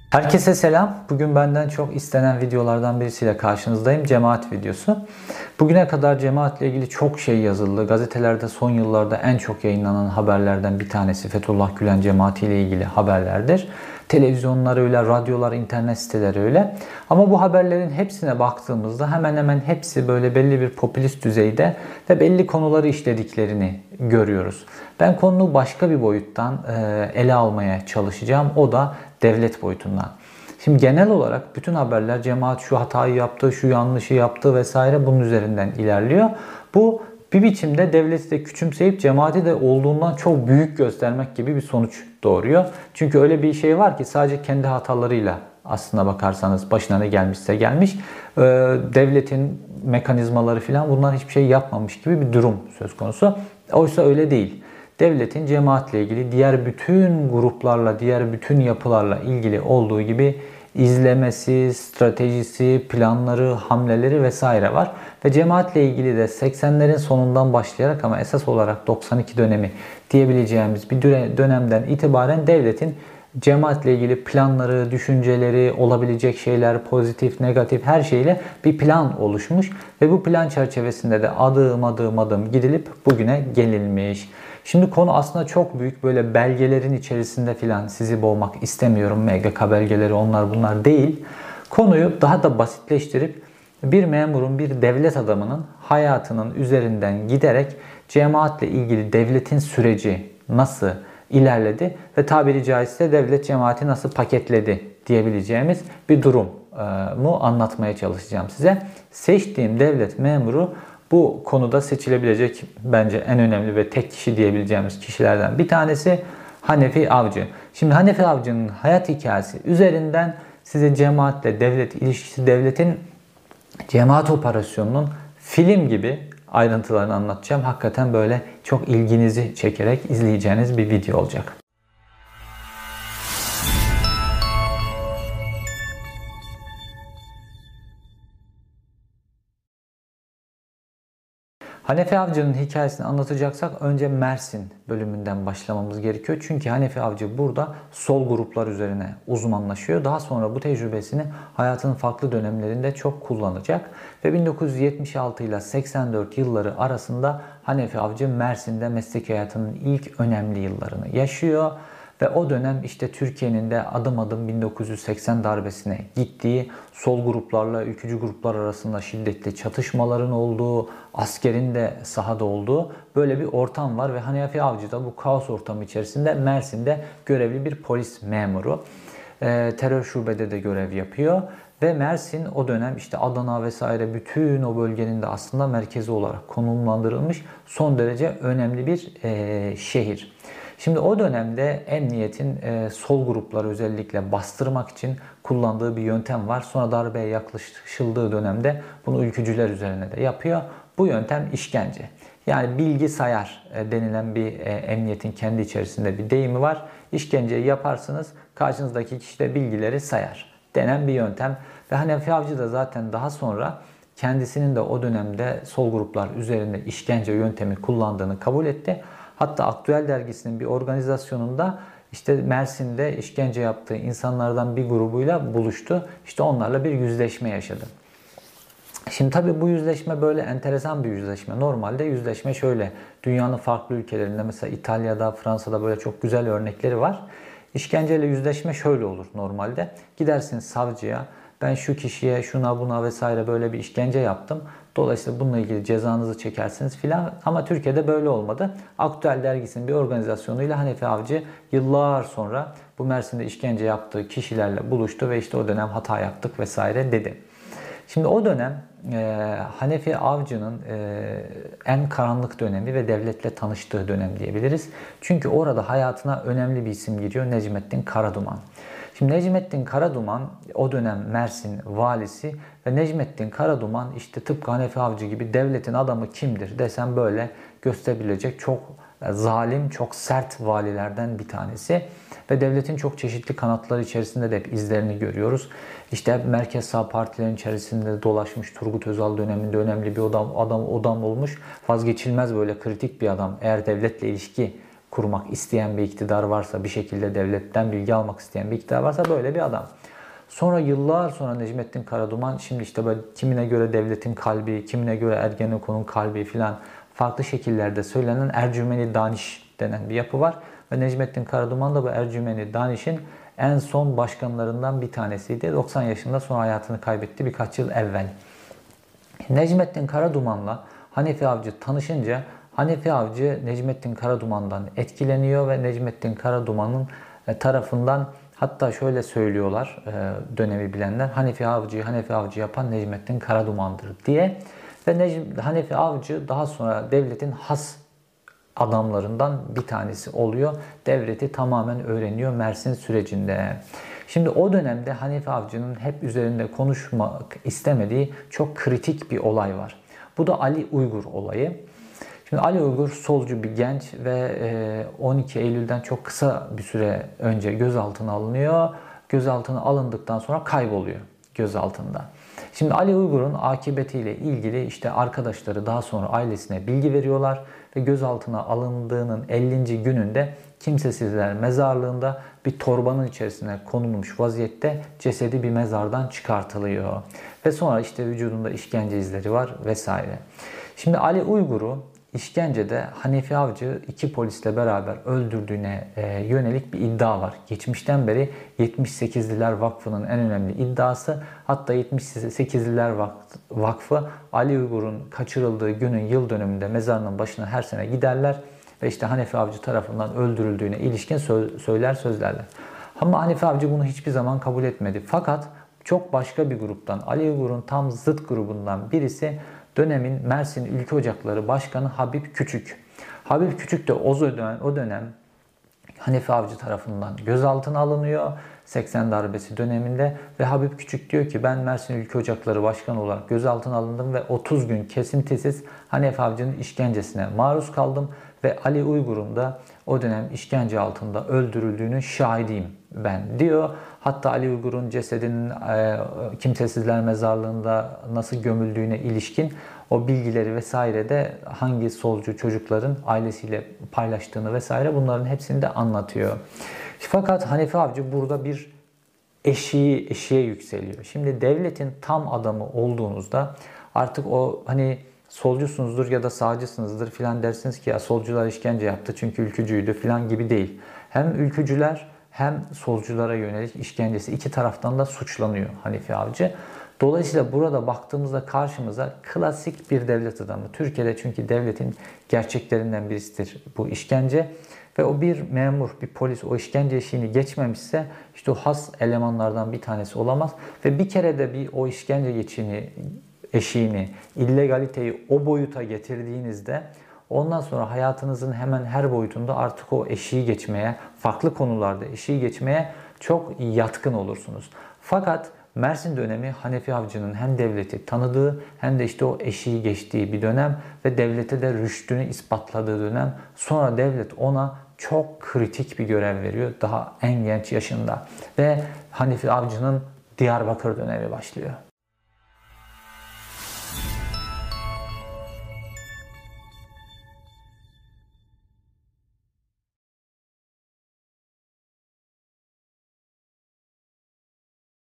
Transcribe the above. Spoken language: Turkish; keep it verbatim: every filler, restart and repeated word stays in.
Herkese selam. Bugün benden çok istenen videolardan birisiyle karşınızdayım. Cemaat videosu. Bugüne kadar cemaatle ilgili çok şey yazıldı. Gazetelerde son yıllarda en çok yayınlanan haberlerden bir tanesi Fethullah Gülen cemaati ile ilgili haberlerdir. Televizyonlar öyle, radyolar, internet siteleri öyle. Ama bu haberlerin hepsine baktığımızda hemen hemen hepsi böyle belli bir popülist düzeyde ve belli konuları işlediklerini görüyoruz. Ben konuyu başka bir boyuttan ele almaya çalışacağım. O da devlet boyutundan. Şimdi genel olarak bütün haberler cemaat şu hatayı yaptı, şu yanlışı yaptı vesaire bunun üzerinden ilerliyor. Bu bir biçimde devleti de küçümseyip cemaati de olduğundan çok büyük göstermek gibi bir sonuç doğuruyor. Çünkü öyle bir şey var ki sadece kendi hatalarıyla aslına bakarsanız başına ne gelmişse gelmiş. Devletin mekanizmaları falan bunlar hiçbir şey yapmamış gibi bir durum söz konusu. Oysa öyle değil. Devletin cemaatle ilgili diğer bütün gruplarla, diğer bütün yapılarla ilgili olduğu gibi izlemesi, stratejisi, planları, hamleleri vesaire var. Ve cemaatle ilgili de seksenlerin sonundan başlayarak ama esas olarak doksan iki dönemi diyebileceğimiz bir dönemden itibaren devletin cemaatle ilgili planları, düşünceleri, olabilecek şeyler, pozitif, negatif her şeyle bir plan oluşmuş. Ve bu plan çerçevesinde de adım adım adım gidilip bugüne gelinmiş. Şimdi konu aslında çok büyük, böyle belgelerin içerisinde filan sizi boğmak istemiyorum. M G K belgeleri onlar bunlar değil. Konuyu daha da basitleştirip bir memurun, bir devlet adamının hayatının üzerinden giderek cemaatle ilgili devletin süreci nasıl ilerledi ve tabiri caizse devlet cemaati nasıl paketledi diyebileceğimiz bir durumu anlatmaya çalışacağım size. Seçtiğim devlet memuru bu konuda seçilebilecek bence en önemli ve tek kişi diyebileceğimiz kişilerden bir tanesi Hanefi Avcı. Şimdi Hanefi Avcı'nın hayat hikayesi üzerinden size cemaatle devlet ilişkisi, devletin cemaat operasyonunun film gibi ayrıntılarını anlatacağım. Hakikaten böyle çok ilginizi çekerek izleyeceğiniz bir video olacak. Hanefi Avcı'nın hikayesini anlatacaksak önce Mersin bölümünden başlamamız gerekiyor. Çünkü Hanefi Avcı burada sol gruplar üzerine uzmanlaşıyor. Daha sonra bu tecrübesini hayatının farklı dönemlerinde çok kullanacak. Ve bin dokuz yüz yetmiş altı ile seksen dört yılları arasında Hanefi Avcı Mersin'de meslek hayatının ilk önemli yıllarını yaşıyor. Ve o dönem işte Türkiye'nin de adım adım bin dokuz yüz seksen darbesine gittiği, sol gruplarla ülkücü gruplar arasında şiddetli çatışmaların olduğu, askerin de sahada olduğu böyle bir ortam var. Ve Hanefi Avcı da bu kaos ortamı içerisinde Mersin'de görevli bir polis memuru. E, terör şubede de görev yapıyor. Ve Mersin o dönem işte Adana vesaire bütün o bölgenin de aslında merkezi olarak konumlandırılmış son derece önemli bir e, şehir. Şimdi o dönemde emniyetin e, sol grupları özellikle bastırmak için kullandığı bir yöntem var. Sonra darbeye yaklaşıldığı dönemde bunu ülkücüler üzerine de yapıyor. Bu yöntem işkence. Yani bilgisayar e, denilen bir e, emniyetin kendi içerisinde bir deyimi var. İşkenceyi yaparsınız, karşınızdaki kişi de bilgileri sayar denen bir yöntem. Ve Hanefi Avcı da zaten daha sonra kendisinin de o dönemde sol gruplar üzerinde işkence yöntemi kullandığını kabul etti. Hatta Aktüel dergisinin bir organizasyonunda işte Mersin'de işkence yaptığı insanlardan bir grubuyla buluştu. İşte onlarla bir yüzleşme yaşadı. Şimdi tabii bu yüzleşme böyle enteresan bir yüzleşme. Normalde yüzleşme şöyle. Dünyanın farklı ülkelerinde mesela İtalya'da, Fransa'da böyle çok güzel örnekleri var. İşkenceyle yüzleşme şöyle olur normalde. Gidersiniz savcıya. Ben şu kişiye şuna buna vesaire böyle bir işkence yaptım. Dolayısıyla bununla ilgili cezanızı çekersiniz filan. Ama Türkiye'de böyle olmadı. Aktüel dergisinin bir organizasyonuyla Hanefi Avcı yıllar sonra bu Mersin'de işkence yaptığı kişilerle buluştu ve işte o dönem hata yaptık vesaire dedi. Şimdi o dönem e, Hanefi Avcı'nın e, en karanlık dönemi ve devletle tanıştığı dönem diyebiliriz. Çünkü orada hayatına önemli bir isim giriyor, Necmettin Karaduman. Şimdi Necmettin Karaduman o dönem Mersin valisi ve Necmettin Karaduman işte tıpkı Hanefi Avcı gibi devletin adamı kimdir desem böyle gösterebilecek çok zalim, çok sert valilerden bir tanesi. Ve devletin çok çeşitli kanatları içerisinde de hep izlerini görüyoruz. İşte hep merkez sağ partilerin içerisinde dolaşmış, Turgut Özal döneminde önemli bir adam, adam, adam olmuş. Vazgeçilmez böyle kritik bir adam. Eğer devletle ilişki kurmak isteyen bir iktidar varsa, bir şekilde devletten bilgi almak isteyen bir iktidar varsa böyle bir adam. Sonra yıllar sonra Necmettin Karaduman, şimdi işte böyle kimine göre devletin kalbi, kimine göre Ergenekon'un kalbi filan farklı şekillerde söylenen Ercümeni Daniş denen bir yapı var. Ve Necmettin Karaduman da bu Ercümeni Daniş'in en son başkanlarından bir tanesiydi. doksan yaşında sonra hayatını kaybetti birkaç yıl evvel. Necmettin Karaduman'la Hanefi Avcı tanışınca Hanefi Avcı Necmettin Karaduman'dan etkileniyor ve Necmettin Karaduman'ın tarafından, hatta şöyle söylüyorlar dönemi bilenler, Hanefi Avcı'yı Hanefi Avcı yapan Necmettin Karaduman'dır diye. Ve Necm, Hanefi Avcı daha sonra devletin has adamlarından bir tanesi oluyor. Devleti tamamen öğreniyor Mersin sürecinde. Şimdi o dönemde Hanefi Avcı'nın hep üzerinde konuşmak istemediği çok kritik bir olay var. Bu da Ali Uygur olayı. Şimdi Ali Uygur solcu bir genç ve on iki Eylül'den çok kısa bir süre önce gözaltına alınıyor. Gözaltına alındıktan sonra kayboluyor gözaltında. Şimdi Ali Uygur'un akıbetiyle ilgili işte arkadaşları daha sonra ailesine bilgi veriyorlar ve gözaltına alındığının ellinci gününde Kimsesizler Mezarlığı'nda bir torbanın içerisine konulmuş vaziyette cesedi bir mezardan çıkartılıyor. Ve sonra işte vücudunda işkence izleri var vesaire. Şimdi Ali Uygur'u işkencede Hanefi Avcı iki polisle beraber öldürdüğüne yönelik bir iddia var. Geçmişten beri yetmiş sekizliler Vakfı'nın en önemli iddiası. Hatta yetmiş sekizliler Vakfı Ali Uygur'un kaçırıldığı günün yıl dönümünde mezarının başına her sene giderler ve işte Hanefi Avcı tarafından öldürüldüğüne ilişkin söyler sözlerler. Ama Hanefi Avcı bunu hiçbir zaman kabul etmedi. Fakat çok başka bir gruptan, Ali Uygur'un tam zıt grubundan birisi dönemin Mersin Ülke Ocakları Başkanı Habib Küçük. Habib Küçük de o dönem, o dönem Hanefi Avcı tarafından gözaltına alınıyor seksen darbesi döneminde ve Habib Küçük diyor ki ben Mersin Ülke Ocakları Başkanı olarak gözaltına alındım ve otuz gün kesintisiz Hanefi Avcı'nın işkencesine maruz kaldım ve Ali Uygur'un da o dönem işkence altında öldürüldüğünün şahidiyim ben diyor. Hatta Ali Uygur'un cesedinin e, Kimsesizler Mezarlığı'nda nasıl gömüldüğüne ilişkin o bilgileri vesaire de hangi solcu çocukların ailesiyle paylaştığını vesaire bunların hepsini de anlatıyor. Fakat Hanefi Avcı burada bir eşiği, eşiğe yükseliyor. Şimdi devletin tam adamı olduğunuzda artık o hani solcusunuzdur ya da sağcısınızdır filan dersiniz ki ya solcular işkence yaptı çünkü ülkücüydü filan gibi değil. Hem ülkücüler hem solculara yönelik işkencesi iki taraftan da suçlanıyor Hanefi Avcı. Dolayısıyla burada baktığımızda karşımıza klasik bir devlet adamı. Türkiye'de çünkü devletin gerçeklerinden birisidir bu işkence. Ve o bir memur, bir polis o işkence eşiğini geçmemişse işte o has elemanlardan bir tanesi olamaz. Ve bir kere de bir o işkence geçini, eşiğini, illegaliteyi o boyuta getirdiğinizde ondan sonra hayatınızın hemen her boyutunda artık o eşiği geçmeye, farklı konularda eşiği geçmeye çok yatkın olursunuz. Fakat Mersin dönemi Hanefi Avcı'nın hem devleti tanıdığı hem de işte o eşiği geçtiği bir dönem ve devlete de rüştünü ispatladığı dönem. Sonra devlet ona çok kritik bir görev veriyor daha en genç yaşında ve Hanefi Avcı'nın Diyarbakır dönemi başlıyor.